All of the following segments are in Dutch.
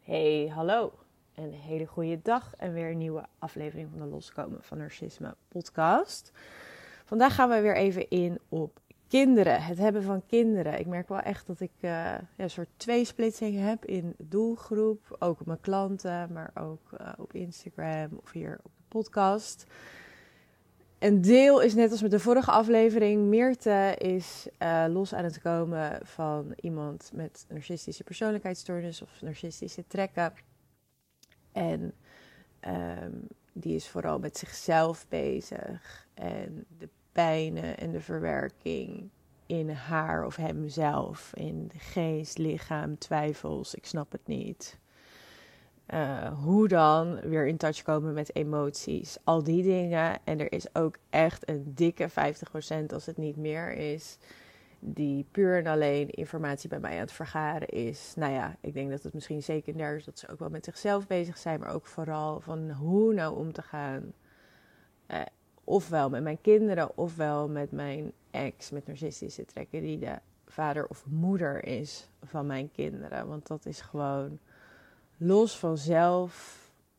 Hey, hallo. Een hele goede dag en weer een nieuwe aflevering van de Loskomen van Narcisme podcast. Vandaag gaan we weer even in op kinderen, het hebben van kinderen. Ik merk wel echt dat ik een soort tweesplitsing heb in de doelgroep. Ook op mijn klanten, maar ook op Instagram of hier op de podcast. Een deel is net als met de vorige aflevering. Meerte is los aan het komen van iemand met narcistische persoonlijkheidsstoornis of narcistische trekken. En die is vooral met zichzelf bezig. En de pijnen en de verwerking in haar of hemzelf. In de geest, lichaam, twijfels, ik snap het niet. Hoe dan weer in touch komen met emoties. Al die dingen. En er is ook echt een dikke 50% als het niet meer is. Die puur en alleen informatie bij mij aan het vergaren is. Nou ja, ik denk dat het misschien secundair is dat ze ook wel met zichzelf bezig zijn. Maar ook vooral van hoe nou om te gaan. Ofwel met mijn kinderen, ofwel met mijn ex met narcistische trekken. Die de vader of moeder is van mijn kinderen. Want dat is gewoon los vanzelf.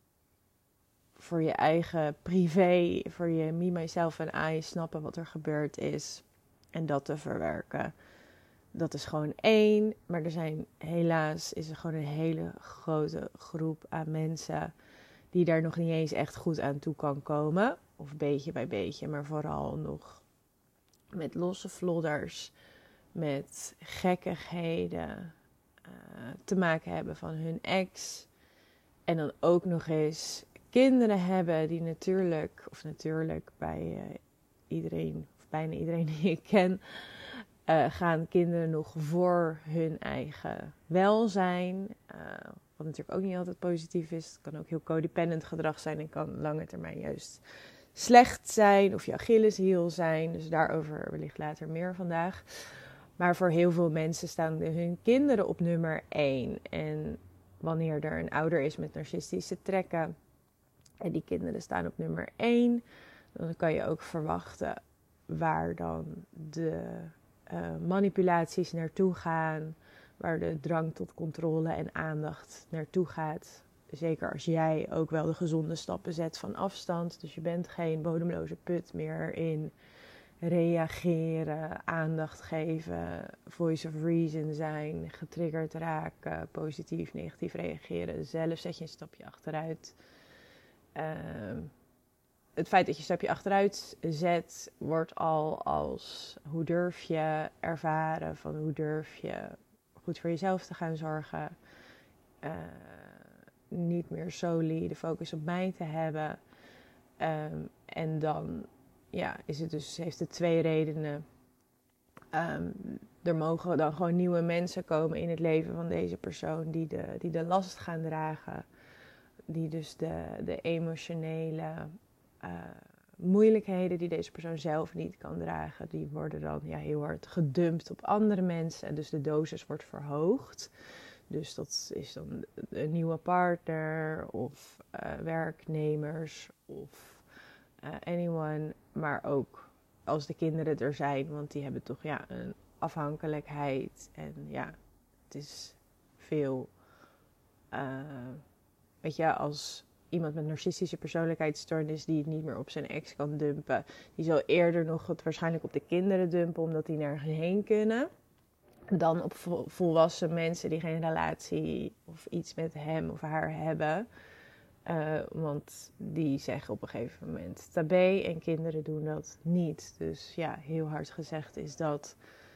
Voor je eigen privé, voor je me, myself en I snappen wat er gebeurd is. En dat te verwerken. Dat is gewoon één. Maar is er gewoon een hele grote groep aan mensen die daar nog niet eens echt goed aan toe kan komen. Of beetje bij beetje, maar vooral nog met losse vlodders, met gekkigheden te maken hebben van hun ex. En dan ook nog eens kinderen hebben die natuurlijk bij iedereen, of bijna iedereen die ik ken, gaan kinderen nog voor hun eigen welzijn. Wat natuurlijk ook niet altijd positief is. Het kan ook heel codependent gedrag zijn en kan lange termijn juist slecht zijn of je Achilleshiel zijn. Dus daarover wellicht later meer vandaag. Maar voor heel veel mensen staan hun kinderen op nummer 1. En wanneer er een ouder is met narcistische trekken en die kinderen staan op nummer 1, dan kan je ook verwachten waar dan de manipulaties naartoe gaan, waar de drang tot controle en aandacht naartoe gaat. Zeker als jij ook wel de gezonde stappen zet van afstand. Dus je bent geen bodemloze put meer in reageren, aandacht geven, voice of reason zijn, getriggerd raken, positief, negatief reageren. Zelf zet je een stapje achteruit. Het feit dat je een stapje achteruit zet, wordt al als hoe durf je ervaren, van hoe durf je goed voor jezelf te gaan zorgen. Niet meer solely de focus op mij te hebben. En dan heeft het twee redenen. Er mogen dan gewoon nieuwe mensen komen in het leven van deze persoon die de last gaan dragen. Die dus de emotionele moeilijkheden die deze persoon zelf niet kan dragen, die worden dan heel hard gedumpt op andere mensen. En dus de dosis wordt verhoogd. Dus dat is dan een nieuwe partner of werknemers of anyone. Maar ook als de kinderen er zijn, want die hebben toch een afhankelijkheid. En het is veel. Als iemand met narcistische persoonlijkheidsstoornis die het niet meer op zijn ex kan dumpen, die zal eerder nog het waarschijnlijk op de kinderen dumpen, omdat die nergens heen kunnen, dan op volwassen mensen die geen relatie of iets met hem of haar hebben. Want die zeggen op een gegeven moment tabé en kinderen doen dat niet. Dus heel hard gezegd is dat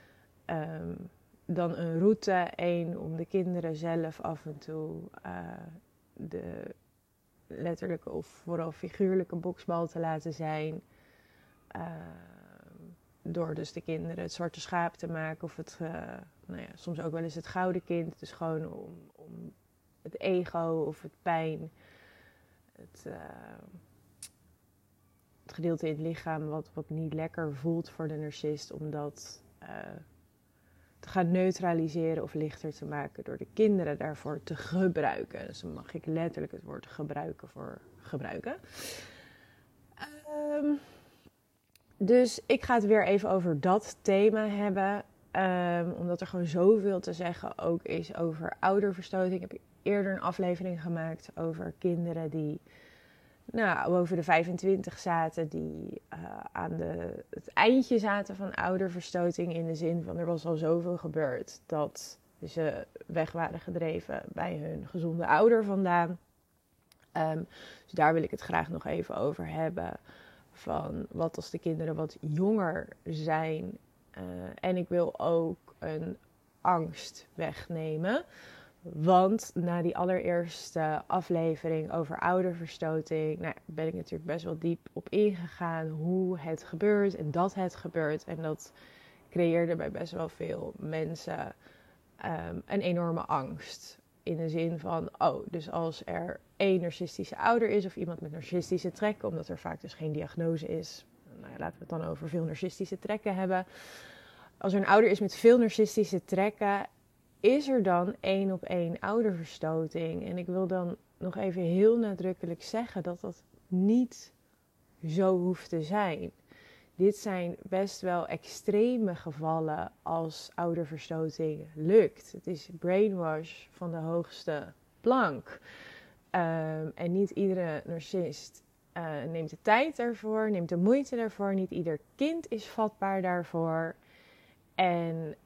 dan een route, één, om de kinderen zelf af en toe de letterlijke of vooral figuurlijke boksbal te laten zijn. Door dus de kinderen het zwarte schaap te maken of soms ook wel eens het gouden kind. Dus gewoon om het ego of het pijn, het gedeelte in het lichaam wat niet lekker voelt voor de narcist, om dat te gaan neutraliseren of lichter te maken door de kinderen daarvoor te gebruiken. Dus dan mag ik letterlijk het woord gebruiken voor gebruiken. Dus ik ga het weer even over dat thema hebben. Omdat er gewoon zoveel te zeggen ook is over ouderverstoting. Ik heb eerder een aflevering gemaakt over kinderen die boven de 25 zaten, die aan het eindje zaten van ouderverstoting, in de zin van er was al zoveel gebeurd dat ze weg waren gedreven bij hun gezonde ouder vandaan. Dus daar wil ik het graag nog even over hebben. Van wat als de kinderen wat jonger zijn. En ik wil ook een angst wegnemen. Want na die allereerste aflevering over ouderverstoting ben ik natuurlijk best wel diep op ingegaan hoe het gebeurt en dat het gebeurt. En dat creëerde bij best wel veel mensen een enorme angst. In de zin van, dus als er één narcistische ouder is of iemand met narcistische trekken, omdat er vaak dus geen diagnose is. Laten we het dan over veel narcistische trekken hebben. Als er een ouder is met veel narcistische trekken, is er dan 1-op-1 ouderverstoting. En ik wil dan nog even heel nadrukkelijk zeggen dat dat niet zo hoeft te zijn. Dit zijn best wel extreme gevallen als ouderverstoting lukt. Het is brainwash van de hoogste plank. En niet iedere narcist neemt de tijd daarvoor, neemt de moeite daarvoor. Niet ieder kind is vatbaar daarvoor. En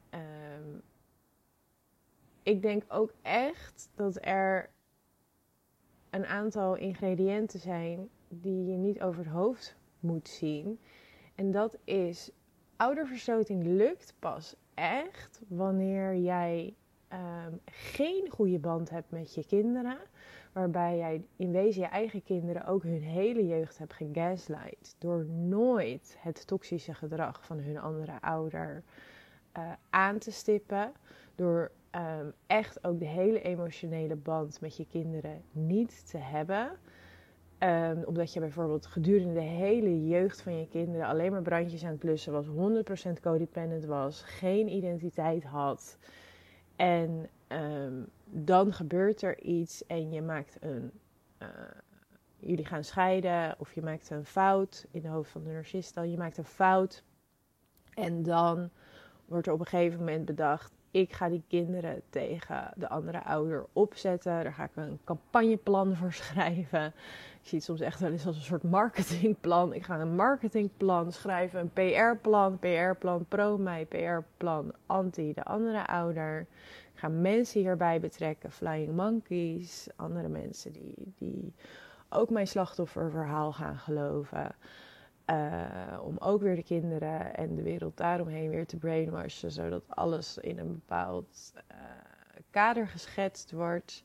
ik denk ook echt dat er een aantal ingrediënten zijn die je niet over het hoofd moet zien. En dat is, ouderverstoting lukt pas echt wanneer jij geen goede band hebt met je kinderen. Waarbij jij in wezen je eigen kinderen ook hun hele jeugd hebt gegaslight. Door nooit het toxische gedrag van hun andere ouder aan te stippen. Door echt ook de hele emotionele band met je kinderen niet te hebben. Omdat je bijvoorbeeld gedurende de hele jeugd van je kinderen alleen maar brandjes aan het blussen was, 100% codependent was, geen identiteit had. En dan gebeurt er iets en je maakt jullie gaan scheiden of je maakt een fout in de hoofd van de narcist dan. Je maakt een fout en dan wordt er op een gegeven moment bedacht, ik ga die kinderen tegen de andere ouder opzetten. Daar ga ik een campagneplan voor schrijven. Ik zie het soms echt wel eens als een soort marketingplan. Ik ga een marketingplan schrijven, een PR-plan pro mij, PR-plan anti de andere ouder. Ik ga mensen hierbij betrekken, flying monkeys, andere mensen die ook mijn slachtofferverhaal gaan geloven. Om ook weer de kinderen en de wereld daaromheen weer te brainwashen, zodat alles in een bepaald kader geschetst wordt.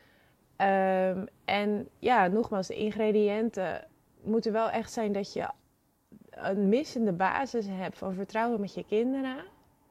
En ja, nogmaals, de ingrediënten moeten wel echt zijn dat je een missende basis hebt van vertrouwen met je kinderen.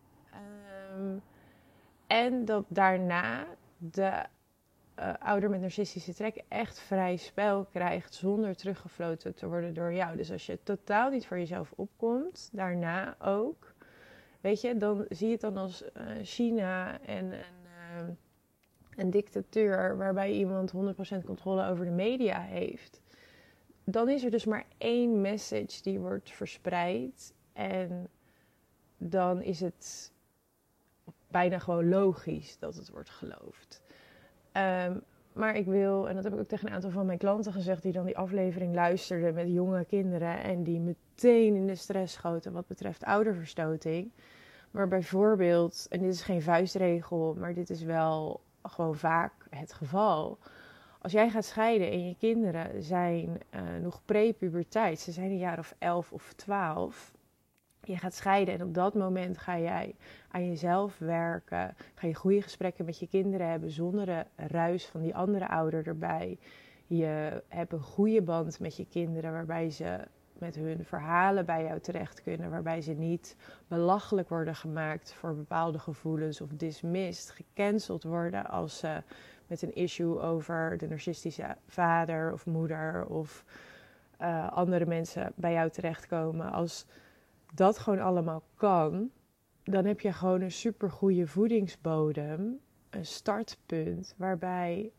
En dat daarna de ouder met narcistische trekken echt vrij spel krijgt zonder teruggefloten te worden door jou. Dus als je totaal niet voor jezelf opkomt, daarna ook, weet je, dan zie je het dan als China en een dictatuur waarbij iemand 100% controle over de media heeft. Dan is er dus maar één message die wordt verspreid en dan is het bijna gewoon logisch dat het wordt geloofd. Maar ik wil, en dat heb ik ook tegen een aantal van mijn klanten gezegd die dan die aflevering luisterden met jonge kinderen en die meteen in de stress schoten wat betreft ouderverstoting. Maar bijvoorbeeld, en dit is geen vuistregel, maar dit is wel gewoon vaak het geval. Als jij gaat scheiden en je kinderen zijn nog pre-puberteit, ze zijn een jaar of 11 of 12... Je gaat scheiden en op dat moment ga jij aan jezelf werken. Ga je goede gesprekken met je kinderen hebben zonder de ruis van die andere ouder erbij. Je hebt een goede band met je kinderen waarbij ze met hun verhalen bij jou terecht kunnen. Waarbij ze niet belachelijk worden gemaakt voor bepaalde gevoelens of dismissed, gecanceld worden als ze met een issue over de narcistische vader of moeder of andere mensen bij jou terechtkomen. Als dat gewoon allemaal kan, dan heb je gewoon een supergoeie voedingsbodem, een startpunt waarbij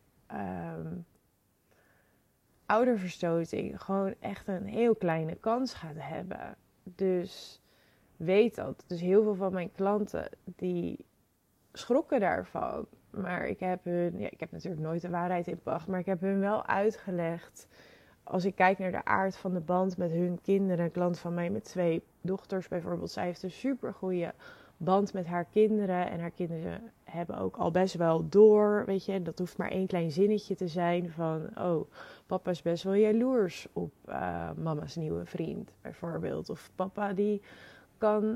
ouderverstoting gewoon echt een heel kleine kans gaat hebben. Dus weet dat. Dus heel veel van mijn klanten die schrokken daarvan. Maar ik heb ik heb natuurlijk nooit de waarheid in pacht, maar ik heb hun wel uitgelegd. Als ik kijk naar de aard van de band met hun kinderen, een klant van mij met 2 dochters bijvoorbeeld, zij heeft een super goede band met haar kinderen. En haar kinderen hebben ook al best wel door, weet je. Dat hoeft maar 1 klein zinnetje te zijn van, oh, papa is best wel jaloers op mama's nieuwe vriend, bijvoorbeeld. Of papa die kan,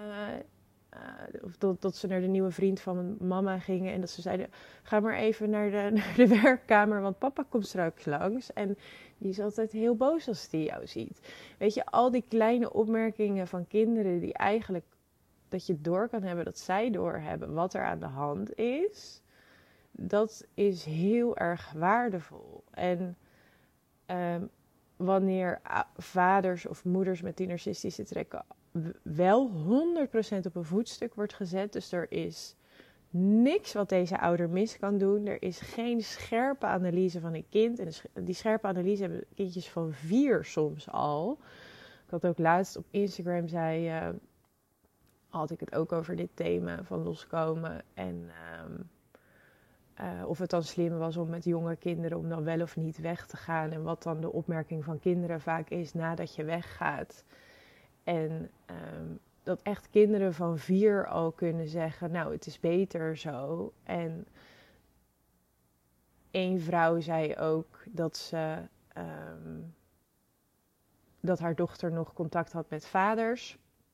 of dat ze naar de nieuwe vriend van mama gingen en dat ze zeiden, ga maar even naar de werkkamer, want papa komt straks langs. En die is altijd heel boos als die jou ziet. Weet je, al die kleine opmerkingen van kinderen die eigenlijk, dat je door kan hebben, dat zij doorhebben wat er aan de hand is. Dat is heel erg waardevol. En wanneer vaders of moeders met die narcistische trekken wel 100% op een voetstuk wordt gezet. Dus er is niks wat deze ouder mis kan doen. Er is geen scherpe analyse van een kind. En die scherpe analyse hebben kindjes van 4 soms al. Ik had ook laatst op Instagram had ik het ook over dit thema van loskomen. En of het dan slim was om met jonge kinderen om dan wel of niet weg te gaan. En wat dan de opmerking van kinderen vaak is nadat je weggaat. En dat echt kinderen van 4 al kunnen zeggen, nou, het is beter zo. En 1 vrouw zei ook dat haar dochter nog contact had met vaders.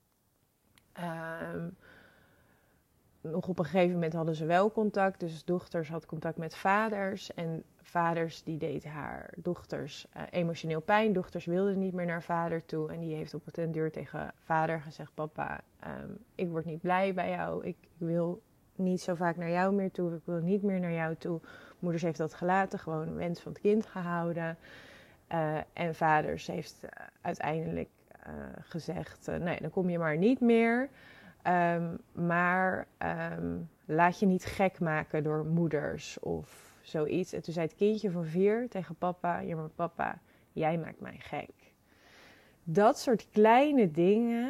Nog op een gegeven moment hadden ze wel contact. Dus dochters had contact met vaders. En vaders die deed haar dochters emotioneel pijn. Dochters wilden niet meer naar vader toe. En die heeft op den duur tegen vader gezegd, papa, ik word niet blij bij jou. Ik wil niet zo vaak naar jou meer toe. Ik wil niet meer naar jou toe. Moeders heeft dat gelaten. Gewoon een wens van het kind gehouden. En vaders heeft uiteindelijk gezegd, nee, dan kom je maar niet meer. Maar laat je niet gek maken door moeders of zoiets. En toen zei het kindje van 4 tegen papa, ja maar papa, jij maakt mij gek. Dat soort kleine dingen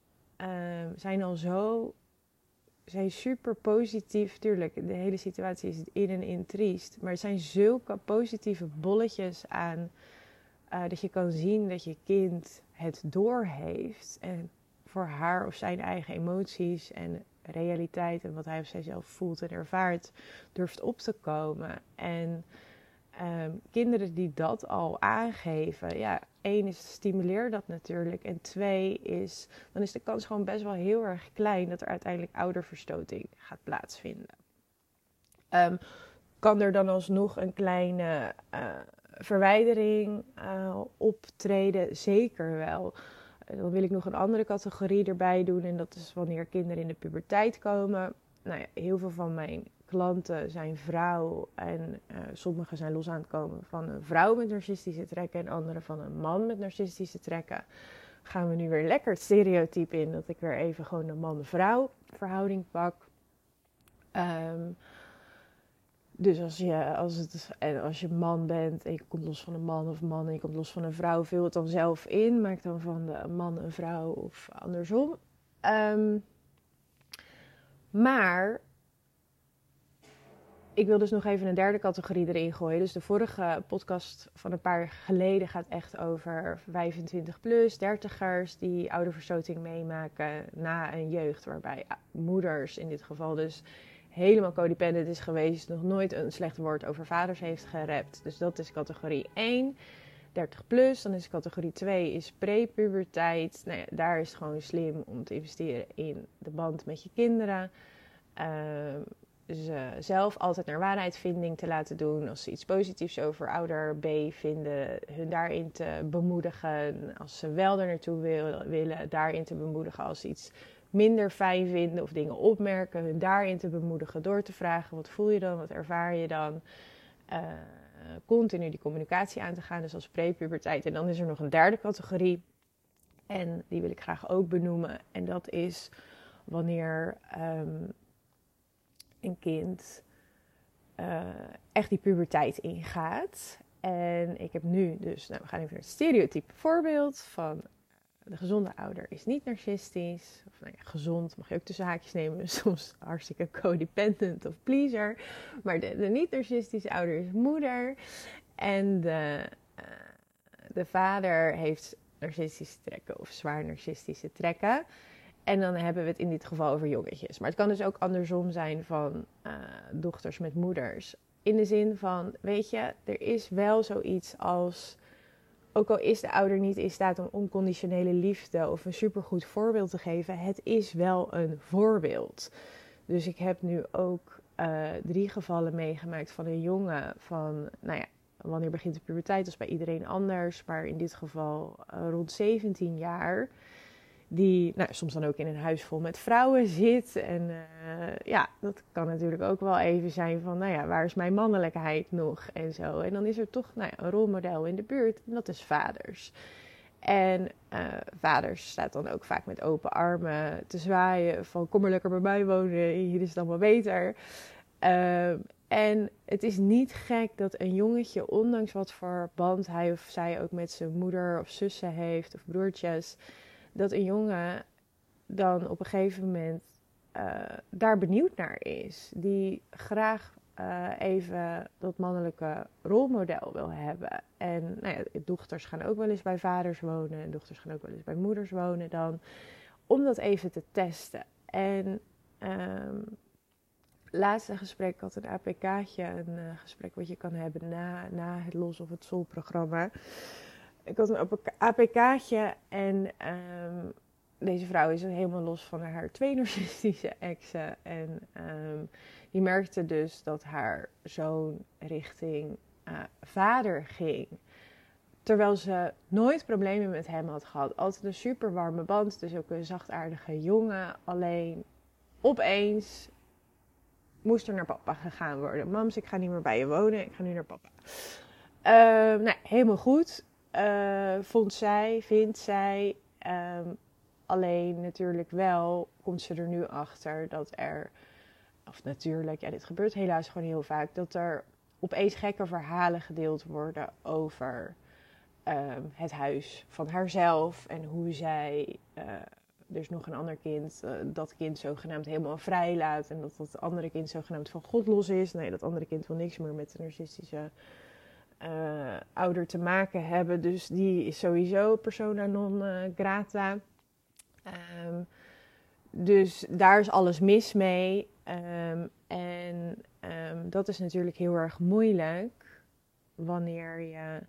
zijn super positief. Tuurlijk, de hele situatie is in en in triest. Maar er zijn zulke positieve bolletjes aan dat je kan zien dat je kind het doorheeft. En voor haar of zijn eigen emoties en realiteit en wat hij of zij zelf voelt en ervaart, durft op te komen. En kinderen die dat al aangeven, ja, 1 is stimuleer dat natuurlijk. En 2 is, dan is de kans gewoon best wel heel erg klein dat er uiteindelijk ouderverstoting gaat plaatsvinden. Kan er dan alsnog een kleine verwijdering optreden? Zeker wel. Dan wil ik nog een andere categorie erbij doen. En dat is wanneer kinderen in de puberteit komen. Nou ja, heel veel van mijn klanten zijn vrouw. En sommigen zijn los aan het komen van een vrouw met narcistische trekken. En anderen van een man met narcistische trekken. Gaan we nu weer lekker het stereotype in. Dat ik weer even gewoon de man-vrouw verhouding pak. Dus als je man bent en je komt los van een man of man en je komt los van een vrouw, vul het dan zelf in. Maak dan van de man een vrouw of andersom. Maar ik wil dus nog even een derde categorie erin gooien. Dus de vorige podcast van een paar jaar geleden gaat echt over 25 plus, 30ers die ouderverstoting meemaken na een jeugd. Waarbij moeders in dit geval dus helemaal codependent is geweest, nog nooit een slecht woord over vaders heeft gerept. Dus dat is categorie 1, 30 plus. Dan is categorie 2 is prepuberteit. Nou ja, daar is het gewoon slim om te investeren in de band met je kinderen. Dus zelf altijd naar waarheidsvinding te laten doen. Als ze iets positiefs over ouder B vinden, hun daarin te bemoedigen. Als ze wel er naartoe willen, daarin te bemoedigen. Als ze iets minder fijn vinden of dingen opmerken, hun daarin te bemoedigen door te vragen, wat voel je dan, wat ervaar je dan, continu die communicatie aan te gaan, dus als prepuberteit. En dan is er nog een derde categorie en die wil ik graag ook benoemen en dat is wanneer een kind echt die puberteit ingaat. En ik heb nu dus, we gaan even naar het stereotype voorbeeld van de gezonde ouder is niet narcistisch. Of nou ja, gezond mag je ook tussen haakjes nemen. Soms hartstikke codependent of pleaser. Maar de niet-narcistische ouder is moeder. En de vader heeft narcistische trekken of zwaar narcistische trekken. En dan hebben we het in dit geval over jongetjes. Maar het kan dus ook andersom zijn van dochters met moeders. In de zin van, weet je, er is wel zoiets als... Ook al is de ouder niet in staat om onconditionele liefde of een supergoed voorbeeld te geven, het is wel een voorbeeld. Dus ik heb nu ook 3 gevallen meegemaakt van een jongen van, nou ja, wanneer begint de puberteit? Dat is bij iedereen anders, maar in dit geval rond 17 jaar. Die soms dan ook in een huis vol met vrouwen zit. En ja, dat kan natuurlijk ook wel even zijn van, nou ja, waar is mijn mannelijkheid nog? En zo. En dan is er toch een rolmodel in de buurt. En dat is vaders. En vaders staat dan ook vaak met open armen te zwaaien. Van, kom maar lekker bij mij wonen. Hier is het allemaal beter. En het is niet gek dat een jongetje, ondanks wat voor band hij of zij ook met zijn moeder of zussen heeft of broertjes, dat een jongen dan op een gegeven moment daar benieuwd naar is. Die graag even dat mannelijke rolmodel wil hebben. En dochters gaan ook wel eens bij vaders wonen. En dochters gaan ook wel eens bij moeders wonen dan. Om dat even te testen. En laatste gesprek, ik had een APK'tje. Een gesprek wat je kan hebben na het Los of het Sol-programma. Ik had een APK'tje en deze vrouw is helemaal los van haar 2 narcistische exen. En die merkte dus dat haar zoon richting vader ging. Terwijl ze nooit problemen met hem had gehad. Altijd een super warme band, dus ook een zachtaardige jongen. Alleen opeens moest er naar papa gegaan worden. Mams, ik ga niet meer bij je wonen, ik ga nu naar papa. Helemaal goed. Vindt zij. Alleen natuurlijk wel komt ze er nu achter dat er, of natuurlijk, ja, dit gebeurt helaas gewoon heel vaak, dat er opeens gekke verhalen gedeeld worden over het huis van haarzelf en hoe zij dus nog een ander kind, dat kind zogenaamd helemaal vrij laat en dat andere kind zogenaamd van God los is. Nee, dat andere kind wil niks meer met de narcistische ouder te maken hebben. Dus die is sowieso persona non grata. Dus daar is alles mis mee. Dat is natuurlijk heel erg moeilijk wanneer je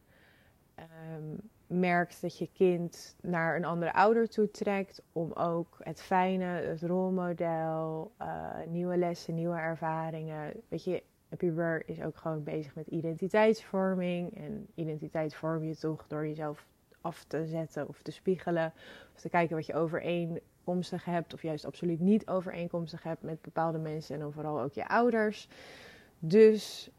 merkt dat je kind naar een andere ouder toe trekt. Om ook het fijne, het rolmodel, nieuwe lessen, nieuwe ervaringen. Weet je, een puber is ook gewoon bezig met identiteitsvorming. En identiteit vorm je toch door jezelf af te zetten of te spiegelen. Of te kijken wat je overeenkomstig hebt of juist absoluut niet overeenkomstig hebt met bepaalde mensen. En dan vooral ook je ouders. Dus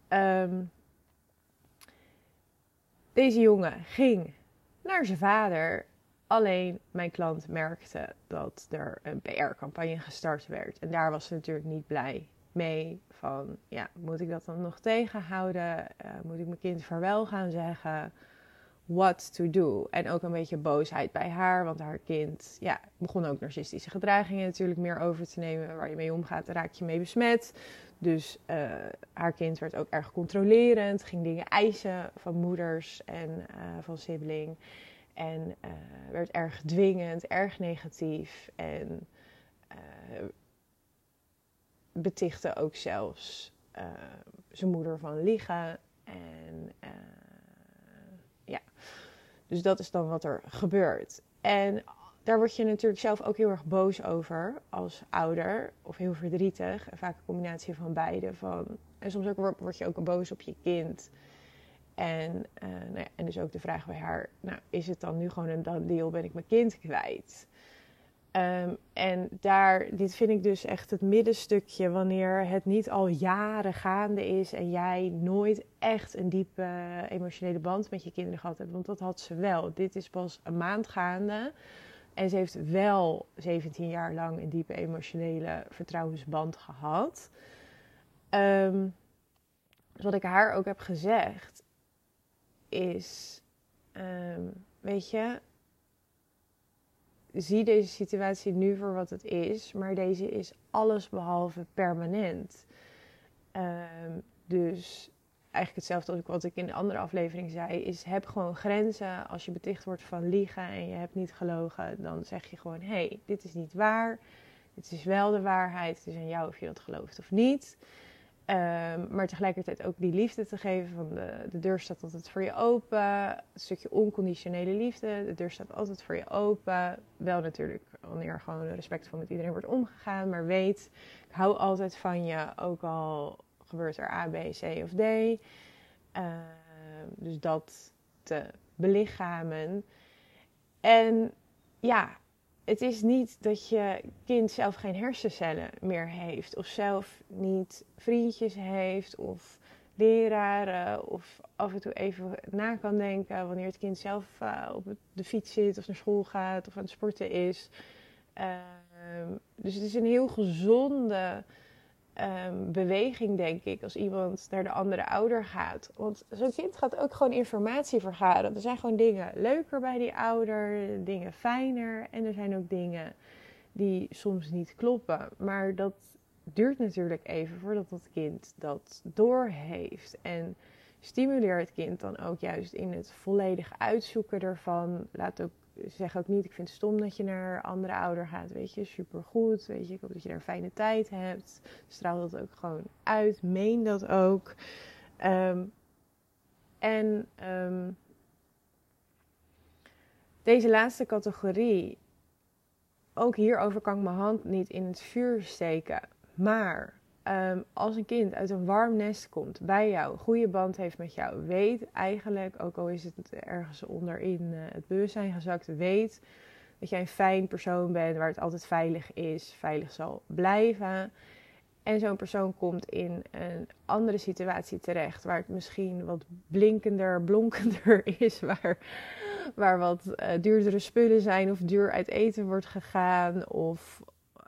deze jongen ging naar zijn vader. Alleen mijn klant merkte dat er een PR-campagne gestart werd. En daar was ze natuurlijk niet blij mee. Van, ja, moet ik dat dan nog tegenhouden? Moet ik mijn kind vaarwel gaan zeggen? What to do? En ook een beetje boosheid bij haar. Want haar kind begon ook narcistische gedragingen natuurlijk meer over te nemen. Waar je mee omgaat, raak je mee besmet. Dus haar kind werd ook erg controlerend. Ging dingen eisen van moeders en van sibling. En werd erg dwingend, erg negatief. En betichtte ook zelfs zijn moeder van liegen. En dus dat is dan wat er gebeurt. En daar word je natuurlijk zelf ook heel erg boos over als ouder. Of heel verdrietig. En vaak een combinatie van beide. En soms ook word je ook boos op je kind. En dus ook de vraag bij haar. Is het dan nu gewoon een done deal? Ben ik mijn kind kwijt? En dit vind ik dus echt het middenstukje. Wanneer het niet al jaren gaande is. En jij nooit echt een diepe emotionele band met je kinderen gehad hebt. Want dat had ze wel. Dit is pas een maand gaande. En ze heeft wel 17 jaar lang een diepe emotionele vertrouwensband gehad. Dus wat ik haar ook heb gezegd. Is, weet je, zie deze situatie nu voor wat het is, maar deze is allesbehalve permanent. Dus eigenlijk hetzelfde als wat ik in de andere aflevering zei, is heb gewoon grenzen. Als je beticht wordt van liegen en je hebt niet gelogen, dan zeg je gewoon, hey, dit is niet waar. Dit is wel de waarheid. Het is aan jou of je dat gelooft of niet. Maar tegelijkertijd ook die liefde te geven. Van de deur staat altijd voor je open. Een stukje onconditionele liefde. De deur staat altijd voor je open. Wel natuurlijk wanneer er gewoon respectvol met iedereen wordt omgegaan. Maar weet, ik hou altijd van je. Ook al gebeurt er A, B, C of D. Dus dat te belichamen. En ja, het is niet dat je kind zelf geen hersencellen meer heeft. Of zelf niet vriendjes heeft. Of leraren. Of af en toe even na kan denken wanneer het kind zelf op de fiets zit. Of naar school gaat. Of aan het sporten is. Dus het is een heel gezonde beweging, denk ik, als iemand naar de andere ouder gaat. Want zo'n kind gaat ook gewoon informatie vergaren. Er zijn gewoon dingen leuker bij die ouder, dingen fijner. En er zijn ook dingen die soms niet kloppen. Maar dat duurt natuurlijk even voordat dat kind dat doorheeft. En stimuleer het kind dan ook juist in het volledig uitzoeken ervan. Zeg ook niet, ik vind het stom dat je naar andere ouder gaat, weet je, supergoed, weet je, ik hoop dat je daar een fijne tijd hebt. Straal dat ook gewoon uit, meen dat ook. Deze laatste categorie, ook hierover kan ik mijn hand niet in het vuur steken, maar als een kind uit een warm nest komt bij jou, een goede band heeft met jou, weet eigenlijk, ook al is het ergens onderin het bewustzijn gezakt, weet dat jij een fijn persoon bent, waar het altijd veilig is, veilig zal blijven. En zo'n persoon komt in een andere situatie terecht, waar het misschien wat blonkender is, waar wat duurdere spullen zijn of duur uit eten wordt gegaan of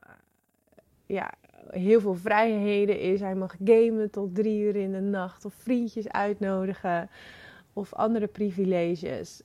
heel veel vrijheden is. Hij mag gamen tot 3 uur in de nacht of vriendjes uitnodigen of andere privileges.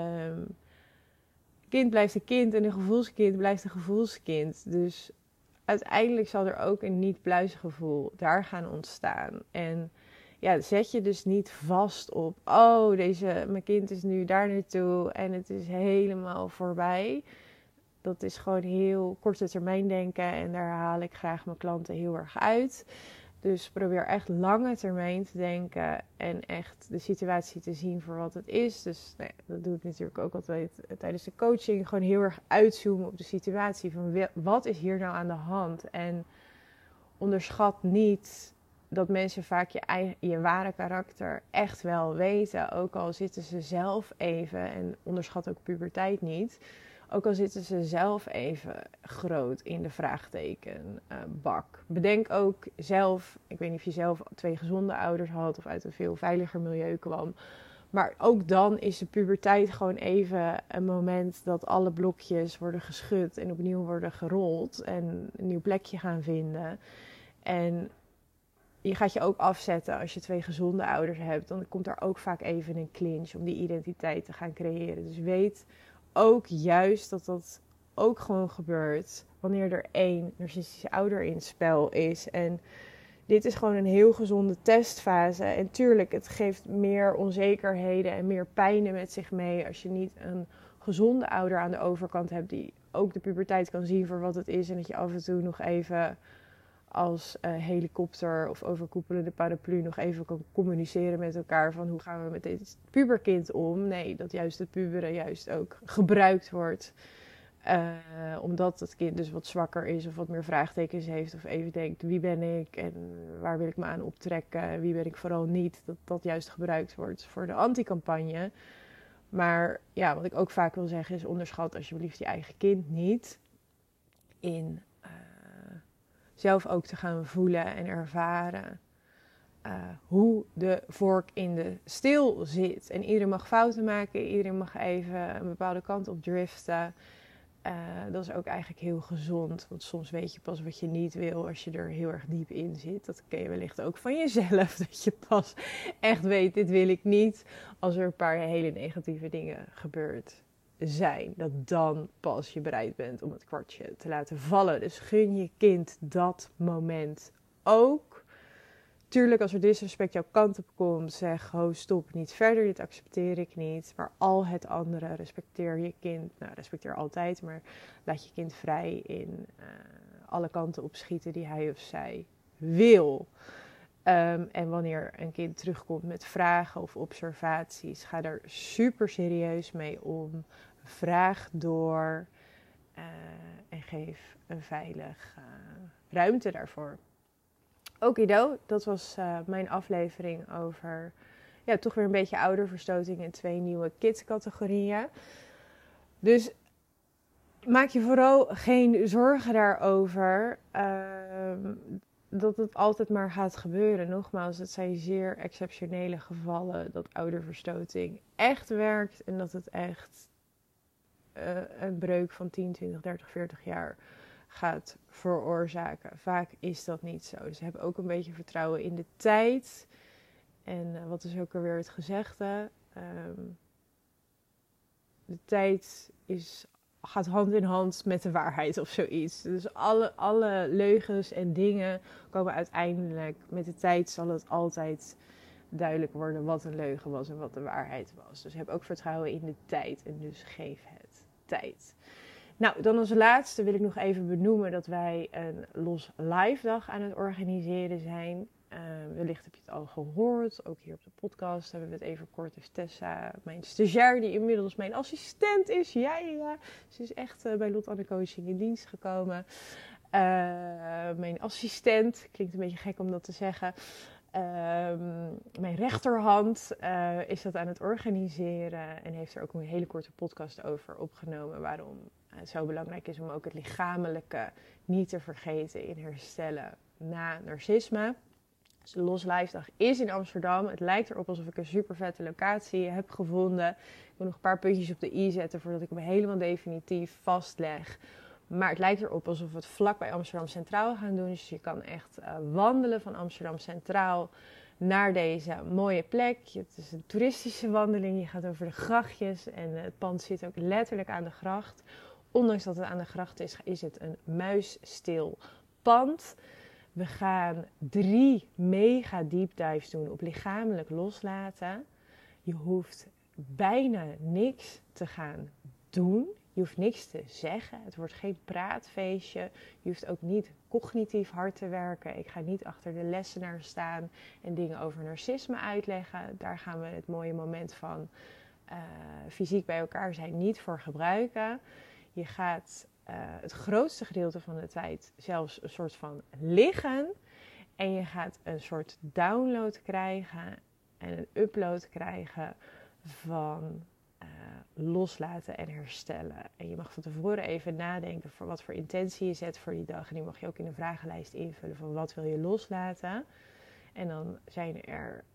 Kind blijft een kind en een gevoelskind blijft een gevoelskind. Dus uiteindelijk zal er ook een niet-pluis gevoel daar gaan ontstaan. En ja, zet je dus niet vast op, mijn kind is nu daar naartoe en het is helemaal voorbij. Dat is gewoon heel korte termijn denken en daar haal ik graag mijn klanten heel erg uit. Dus probeer echt lange termijn te denken en echt de situatie te zien voor wat het is. Dus dat doe ik natuurlijk ook altijd tijdens de coaching. Gewoon heel erg uitzoomen op de situatie van wat is hier nou aan de hand. En onderschat niet dat mensen vaak je ware karakter echt wel weten. Ook al zitten ze zelf even, en onderschat ook puberteit niet. Ook al zitten ze zelf even groot in de vraagtekenbak. Bedenk ook zelf, ik weet niet of je zelf 2 gezonde ouders had of uit een veel veiliger milieu kwam. Maar ook dan is de puberteit gewoon even een moment dat alle blokjes worden geschud en opnieuw worden gerold en een nieuw plekje gaan vinden. En je gaat je ook afzetten als je 2 gezonde ouders hebt. Dan komt er ook vaak even een clinch om die identiteit te gaan creëren. Dus weet ook juist dat dat ook gewoon gebeurt wanneer er 1 narcistische ouder in het spel is. En dit is gewoon een heel gezonde testfase. En tuurlijk, het geeft meer onzekerheden en meer pijnen met zich mee als je niet een gezonde ouder aan de overkant hebt die ook de puberteit kan zien voor wat het is. En dat je af en toe nog even als helikopter of overkoepelende paraplu nog even kan communiceren met elkaar van hoe gaan we met dit puberkind om. Nee, dat juist het puberen juist ook gebruikt wordt. Omdat het kind dus wat zwakker is of wat meer vraagtekens heeft. Of even denkt, wie ben ik en waar wil ik me aan optrekken? Wie ben ik vooral niet? Dat juist gebruikt wordt voor de anticampagne. Maar ja, wat ik ook vaak wil zeggen is, onderschat alsjeblieft je eigen kind niet in zelf ook te gaan voelen en ervaren hoe de vork in de steel zit. En iedereen mag fouten maken, iedereen mag even een bepaalde kant op driften. Dat is ook eigenlijk heel gezond, want soms weet je pas wat je niet wil als je er heel erg diep in zit. Dat ken je wellicht ook van jezelf, dat je pas echt weet, dit wil ik niet, als er een paar hele negatieve dingen gebeurt. zijn. Dat dan pas je bereid bent om het kwartje te laten vallen. Dus gun je kind dat moment ook. Tuurlijk, als er disrespect jouw kant op komt, zeg, ho, stop, niet verder, dit accepteer ik niet. Maar al het andere, respecteer je kind. Nou, respecteer altijd, maar laat je kind vrij in alle kanten opschieten die hij of zij wil. En wanneer een kind terugkomt met vragen of observaties, ga er super serieus mee om. Vraag door en geef een veilig ruimte daarvoor. Okido, dat was mijn aflevering over toch weer een beetje ouderverstoting en 2 nieuwe kids-categorieën. Dus maak je vooral geen zorgen daarover dat het altijd maar gaat gebeuren. Nogmaals, het zijn zeer exceptionele gevallen dat ouderverstoting echt werkt en dat het echt een breuk van 10, 20, 30, 40 jaar gaat veroorzaken. Vaak is dat niet zo. Dus heb ook een beetje vertrouwen in de tijd. En wat is ook alweer het gezegde? De tijd gaat hand in hand met de waarheid of zoiets. Dus alle leugens en dingen komen uiteindelijk. Met de tijd zal het altijd duidelijk worden wat een leugen was en wat de waarheid was. Dus heb ook vertrouwen in de tijd en dus geef het tijd. Nou, dan als laatste wil ik nog even benoemen dat wij een Los Live dag aan het organiseren zijn. Wellicht heb je het al gehoord, ook hier op de podcast hebben we het even kort. Dus Tessa, mijn stagiair, die inmiddels mijn assistent is. Ja. Ze is echt bij Lot Anne Coaching in dienst gekomen. Mijn assistent, klinkt een beetje gek om dat te zeggen. Mijn rechterhand is dat aan het organiseren en heeft er ook een hele korte podcast over opgenomen. Waarom het zo belangrijk is om ook het lichamelijke niet te vergeten in herstellen na narcisme. Dus de Los Live dag is in Amsterdam. Het lijkt erop alsof ik een super vette locatie heb gevonden. Ik wil nog een paar puntjes op de i zetten voordat ik hem helemaal definitief vastleg. Maar het lijkt erop alsof we het vlak bij Amsterdam Centraal gaan doen. Dus je kan echt wandelen van Amsterdam Centraal naar deze mooie plek. Het is een toeristische wandeling. Je gaat over de grachtjes en het pand zit ook letterlijk aan de gracht. Ondanks dat het aan de gracht is, is het een muisstil pand. We gaan 3 mega deep dives doen op lichamelijk loslaten. Je hoeft bijna niks te gaan doen. Je hoeft niks te zeggen. Het wordt geen praatfeestje. Je hoeft ook niet cognitief hard te werken. Ik ga niet achter de lessenaar staan en dingen over narcisme uitleggen. Daar gaan we het mooie moment van fysiek bij elkaar zijn niet voor gebruiken. Je gaat het grootste gedeelte van de tijd zelfs een soort van liggen. En je gaat een soort download krijgen en een upload krijgen van loslaten en herstellen. En je mag van tevoren even nadenken voor wat voor intentie je zet voor die dag. En die mag je ook in een vragenlijst invullen van wat wil je loslaten. En dan zijn er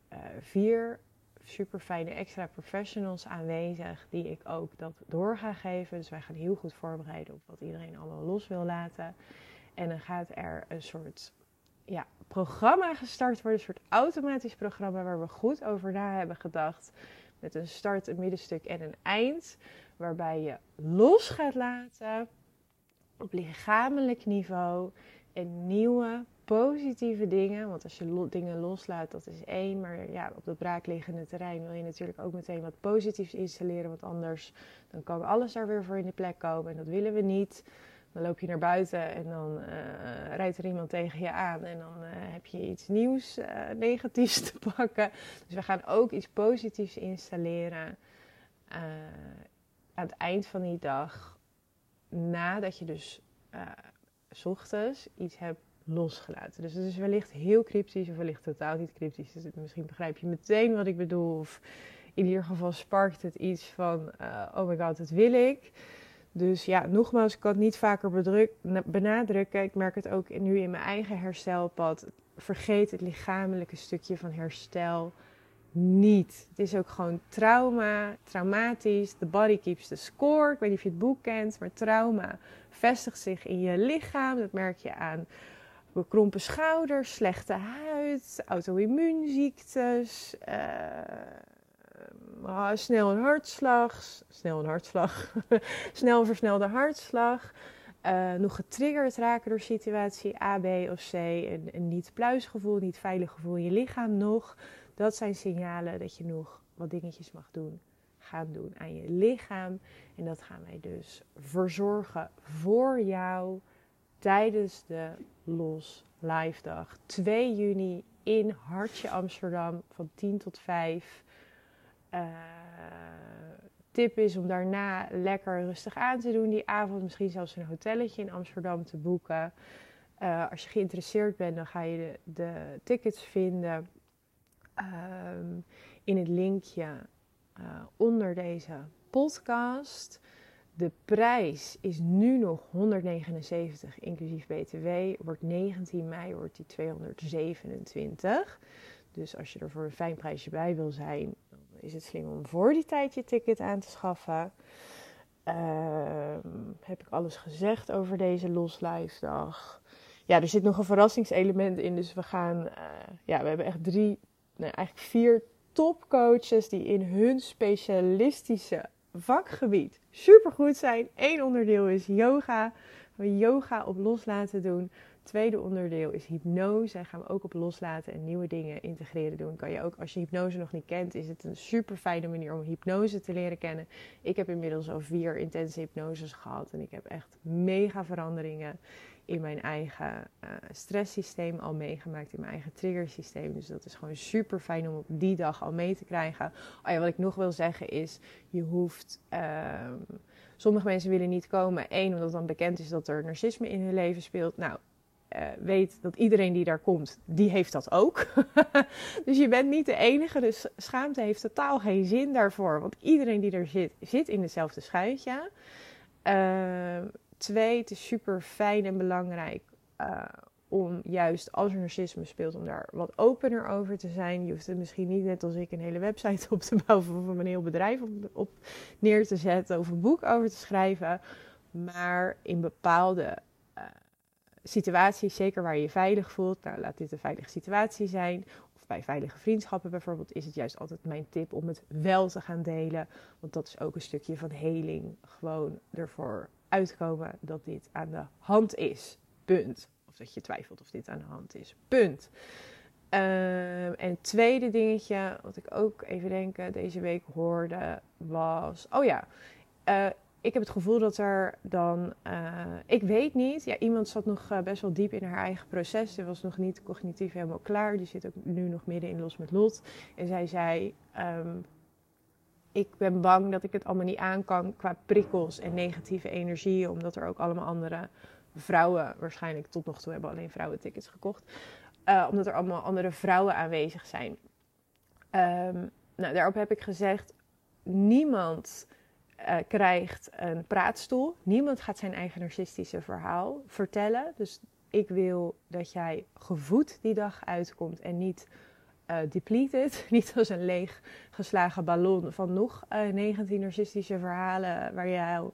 4 super fijne extra professionals aanwezig die ik ook dat door ga geven. Dus wij gaan heel goed voorbereiden op wat iedereen allemaal los wil laten. En dan gaat er een soort programma gestart worden. Een soort automatisch programma waar we goed over na hebben gedacht. Met een start, een middenstuk en een eind. Waarbij je los gaat laten op lichamelijk niveau. En nieuwe positieve dingen. Want als je dingen loslaat, dat is 1. Maar op dat braakliggende terrein wil je natuurlijk ook meteen wat positiefs installeren. Want anders dan kan alles daar weer voor in de plek komen. En dat willen we niet. Dan loop je naar buiten en dan rijdt er iemand tegen je aan. En dan heb je iets nieuws, negatiefs te pakken. Dus we gaan ook iets positiefs installeren aan het eind van die dag. Nadat je dus 's ochtends iets hebt losgelaten. Dus het is wellicht heel cryptisch of wellicht totaal niet cryptisch. Dus misschien begrijp je meteen wat ik bedoel. Of in ieder geval sparkt het iets van, oh my god, dat wil ik. Dus nogmaals, ik kan het niet vaker benadrukken. Ik merk het ook nu in mijn eigen herstelpad. Vergeet het lichamelijke stukje van herstel niet. Het is ook gewoon traumatisch. The body keeps the score. Ik weet niet of je het boek kent, maar trauma vestigt zich in je lichaam. Dat merk je aan bekrompen schouders, slechte huid, auto-immuunziektes, snel een hartslag, snel versnelde hartslag, nog getriggerd raken door situatie A, B of C, een niet pluisgevoel, niet veilig gevoel in je lichaam nog. Dat zijn signalen dat je nog wat dingetjes mag gaan doen aan je lichaam. En dat gaan wij dus verzorgen voor jou tijdens de Los Live Dag 2 juni in Hartje Amsterdam van 10 tot 5. Tip is om daarna lekker rustig aan te doen die avond. Misschien zelfs een hotelletje in Amsterdam te boeken. Als je geïnteresseerd bent, dan ga je de tickets vinden in het linkje onder deze podcast. De prijs is nu nog 179 inclusief BTW. Wordt 19 mei wordt die 227. Dus als je er voor een fijn prijsje bij wil zijn, dan is het slim om voor die tijd je ticket aan te schaffen. Heb ik alles gezegd over deze Los Live dag? Ja, er zit nog een verrassingselement in. Dus we hebben echt eigenlijk 4 topcoaches die in hun specialistische vakgebied supergoed zijn. 1 onderdeel is yoga. We yoga op loslaten doen. Tweede onderdeel is hypnose. Daar gaan we ook op loslaten en nieuwe dingen integreren doen. Kan je ook, als je hypnose nog niet kent, is het een super fijne manier om hypnose te leren kennen. Ik heb inmiddels al 4 intense hypnoses gehad. En ik heb echt mega veranderingen in mijn eigen stresssysteem al meegemaakt. In mijn eigen triggersysteem. Dus dat is gewoon super fijn om op die dag al mee te krijgen. Oh ja, wat ik nog wil zeggen is, je hoeft... sommige mensen willen niet komen. 1, omdat dan bekend is dat er narcisme in hun leven speelt. Nou, weet dat iedereen die daar komt, die heeft dat ook. Dus je bent niet de enige. Dus schaamte heeft totaal geen zin daarvoor. Want iedereen die er zit in hetzelfde schuitje. 2, het is super fijn en belangrijk om juist als er narcisme speelt, om daar wat opener over te zijn. Je hoeft het misschien niet net als ik een hele website op te bouwen of een heel bedrijf op neer te zetten of een boek over te schrijven. Maar in bepaalde situaties, zeker waar je je veilig voelt, nou laat dit een veilige situatie zijn. Of bij veilige vriendschappen bijvoorbeeld, is het juist altijd mijn tip om het wel te gaan delen. Want dat is ook een stukje van heling. Gewoon ervoor uitkomen dat dit aan de hand is. Punt. Of dat je twijfelt of dit aan de hand is. Punt. En het tweede dingetje, wat ik ook even denken deze week hoorde, was... ik heb het gevoel dat er dan... ik weet niet. Ja, iemand zat nog best wel diep in haar eigen proces. Ze was nog niet cognitief helemaal klaar. Die zit ook nu nog midden in Los met Lot. En zij zei... ik ben bang dat ik het allemaal niet aan kan qua prikkels en negatieve energieën. Omdat er ook allemaal andere vrouwen... Waarschijnlijk tot nog toe hebben alleen vrouwen tickets gekocht. Omdat er allemaal andere vrouwen aanwezig zijn. Daarop heb ik gezegd... Niemand... krijgt een praatstoel. Niemand gaat zijn eigen narcistische verhaal vertellen. Dus ik wil dat jij gevoed die dag uitkomt en niet depleted. Niet als een leeg geslagen ballon van nog 19 narcistische verhalen waar jouw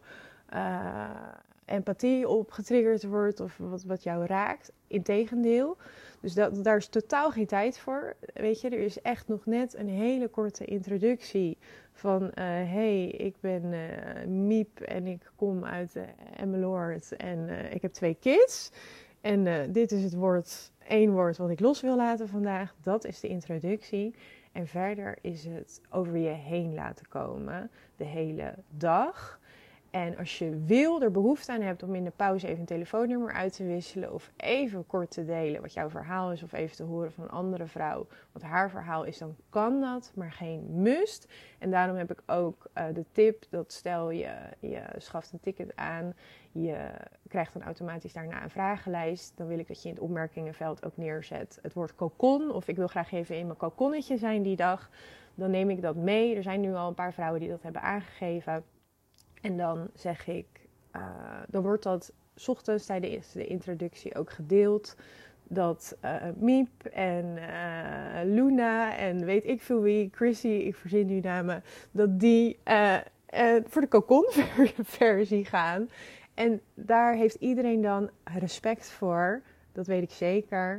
empathie op getriggerd wordt of wat jou raakt. Integendeel. Dus daar is totaal geen tijd voor. Weet je, er is echt nog net een hele korte introductie van... hey, ik ben Miep en ik kom uit Emmeloord en ik heb 2 kids. En dit is het 1 woord wat ik los wil laten vandaag. Dat is de introductie. En verder is het over je heen laten komen de hele dag. En als je er behoefte aan hebt om in de pauze even een telefoonnummer uit te wisselen... of even kort te delen wat jouw verhaal is... of even te horen van een andere vrouw wat haar verhaal is... dan kan dat, maar geen must. En daarom heb ik ook de tip dat stel je schaft een ticket aan... je krijgt dan automatisch daarna een vragenlijst... dan wil ik dat je in het opmerkingenveld ook neerzet het woord kokon... of ik wil graag even in mijn kokonnetje zijn die dag. Dan neem ik dat mee. Er zijn nu al een paar vrouwen die dat hebben aangegeven... En dan zeg ik, dan wordt dat 's ochtends tijdens de introductie ook gedeeld. Dat Miep en Luna en weet ik veel wie, Chrissy, ik verzin nu namen, dat die voor de kokon-versie gaan. En daar heeft iedereen dan respect voor, dat weet ik zeker.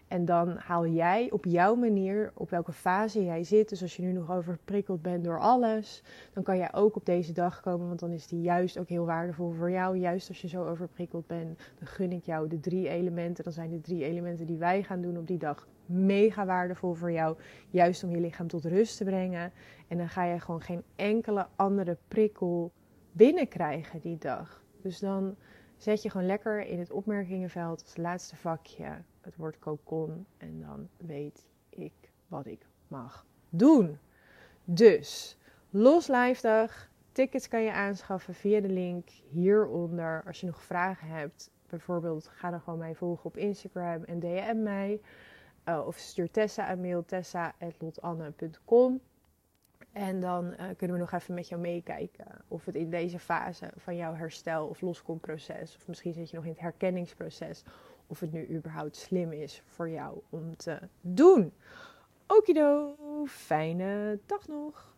En dan haal jij op jouw manier, op welke fase jij zit. Dus als je nu nog overprikkeld bent door alles, dan kan jij ook op deze dag komen. Want dan is die juist ook heel waardevol voor jou. Juist als je zo overprikkeld bent, dan gun ik jou de 3 elementen. Dan zijn de 3 elementen die wij gaan doen op die dag mega waardevol voor jou. Juist om je lichaam tot rust te brengen. En dan ga je gewoon geen enkele andere prikkel binnenkrijgen die dag. Dus dan zet je gewoon lekker in het opmerkingenveld als laatste vakje het woord kokon. En dan weet ik wat ik mag doen. Dus, Los Live Dag. Tickets kan je aanschaffen via de link hieronder. Als je nog vragen hebt, bijvoorbeeld ga dan gewoon mij volgen op Instagram en DM mij. Of stuur Tessa een mail, tessa@lotanne.com. En dan kunnen we nog even met jou meekijken of het in deze fase van jouw herstel of loskomproces, of misschien zit je nog in het herkenningsproces, of het nu überhaupt slim is voor jou om te doen. Okido, fijne dag nog!